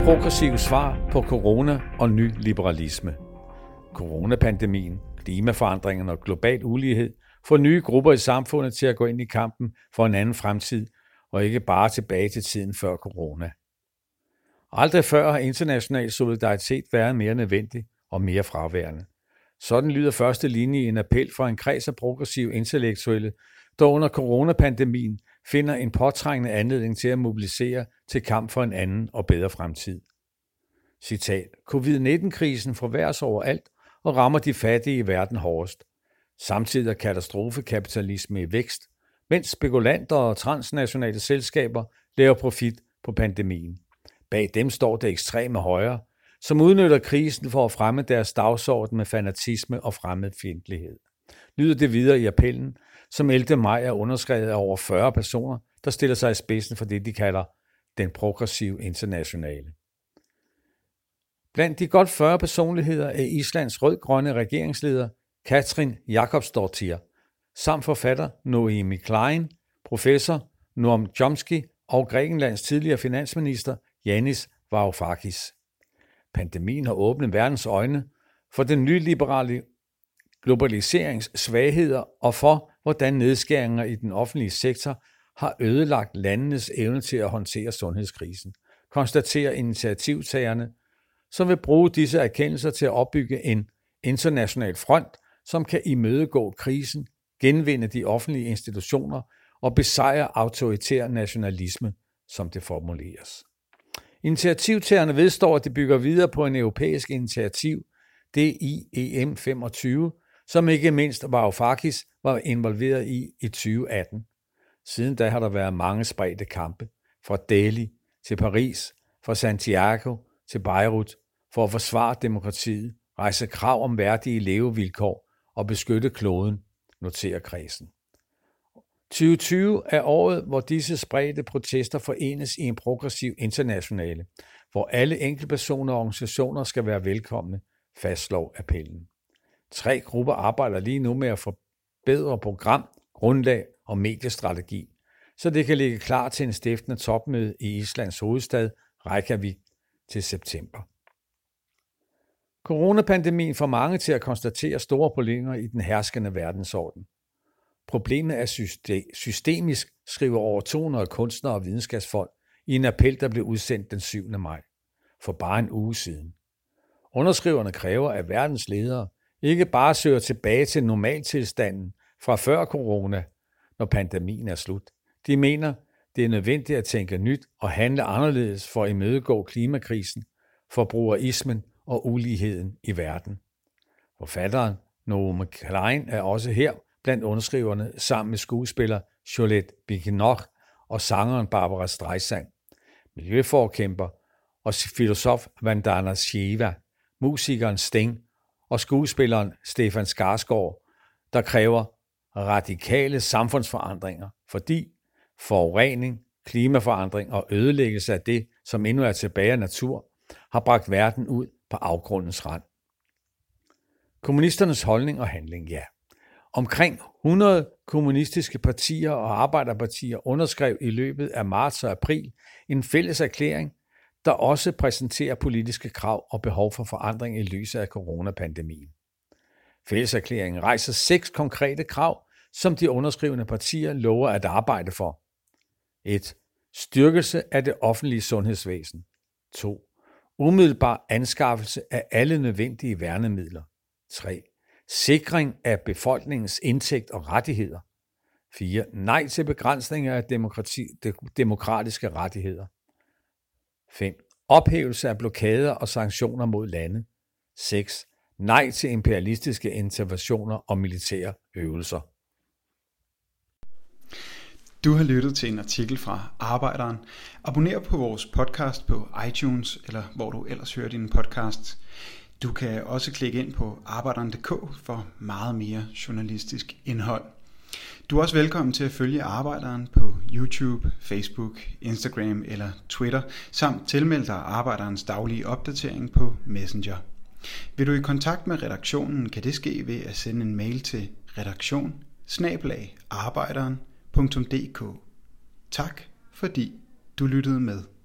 progressive svar på corona og ny liberalisme. Coronapandemien, klimaforandringerne og global ulighed får nye grupper i samfundet til at gå ind i kampen for en anden fremtid, og ikke bare tilbage til tiden før corona. Aldrig før har international solidaritet været mere nødvendig og mere fraværende. Sådan lyder første linje i en appel fra en kreds af progressive intellektuelle, der under coronapandemien finder en påtrængende anledning til at mobilisere til kamp for en anden og bedre fremtid. Citat: Covid-19-krisen forværres overalt og rammer de fattige i verden hårdest. Samtidig er katastrofekapitalisme i vækst, mens spekulanter og transnationale selskaber laver profit på pandemien. Bag dem står det ekstreme højre, som udnytter krisen for at fremme deres dagsorden med fanatisme og fremmedfjendtlighed. Lyder det videre i appellen, som 11. maj er underskrevet af over 40 personer, der stiller sig i spidsen for det, de kalder den progressive internationale. Blandt de godt 40 personligheder er Islands rød-grønne regeringsleder Katrín Jakobsdóttir, samt forfatter Noémie Klein, professor Noam Chomsky og Grækenlands tidligere finansminister Yanis Varoufakis. Pandemien har åbnet verdens øjne for den nyliberale globaliserings svagheder og for, hvordan nedskæringer i den offentlige sektor har ødelagt landenes evne til at håndtere sundhedskrisen, konstaterer initiativtagerne, som vil bruge disse erkendelser til at opbygge en international front, som kan imødegå krisen, genvinde de offentlige institutioner og besejre autoritær nationalisme, som det formuleres. Initiativtagerne vedstår, at det bygger videre på en europæisk initiativ, DIEM 25, som ikke mindst Varoufakis var involveret i 2018. Siden da har der været mange spredte kampe, fra Delhi til Paris, fra Santiago til Beirut, for at forsvare demokratiet, rejse krav om værdige levevilkår og beskytte kloden, noterer kredsen. 2020 er året, hvor disse spredte protester forenes i en progressiv internationale, hvor alle enkeltpersoner og organisationer skal være velkomne, fastslår appellen. 3 grupper arbejder lige nu med at forbedre program, grundlag og mediestrategi, så det kan ligge klar til en stiftende topmøde i Islands hovedstad Reykjavik til september. Coronapandemien får mange til at konstatere store problemer i den herskende verdensorden. Problemet er systemisk, skriver over 200 kunstnere og videnskabsfolk i en appel, der blev udsendt den 7. maj, for bare en uge siden. Underskriverne kræver, at verdens ledere ikke bare søger tilbage til normaltilstanden fra før corona, når pandemien er slut. De mener, det er nødvendigt at tænke nyt og handle anderledes for at imødegå klimakrisen, forbrugerismen og uligheden i verden. Forfatteren Noam Klein er også her blandt underskriverne sammen med skuespiller Juliette Binoche og sangeren Barbara Streisand, miljøforkæmper og filosof Vandana Shiva, musikeren Sting og skuespilleren Stefan Skarsgård, der kræver radikale samfundsforandringer, fordi forurening, klimaforandring og ødelæggelse af det, som endnu er tilbage af natur, har bragt verden ud på afgrundens rand. Kommunisternes holdning og handling, ja. Omkring 100 kommunistiske partier og arbejderpartier underskrev i løbet af marts og april en fælles erklæring, der også præsenterer politiske krav og behov for forandring i lyset af coronapandemien. Fælleserklæringen rejser 6 konkrete krav, som de underskrivende partier lover at arbejde for. 1. Styrkelse af det offentlige sundhedsvæsen. 2. Umiddelbar anskaffelse af alle nødvendige værnemidler. 3. Sikring af befolkningens indtægt og rettigheder. 4. Nej til begrænsninger af demokratiske rettigheder. 5. Ophævelse af blokader og sanktioner mod lande. 6. Nej til imperialistiske interventioner og militære øvelser. Du har lyttet til en artikel fra Arbejderen. Abonner på vores podcast på iTunes, eller hvor du ellers hører dine podcasts. Du kan også klikke ind på arbejderen.dk for meget mere journalistisk indhold. Du er også velkommen til at følge Arbejderen på YouTube, Facebook, Instagram eller Twitter, samt tilmelde dig Arbejderens daglige opdatering på Messenger. Vil du i kontakt med redaktionen, kan det ske ved at sende en mail til redaktion@arbejderen.dk. Tak fordi du lyttede med.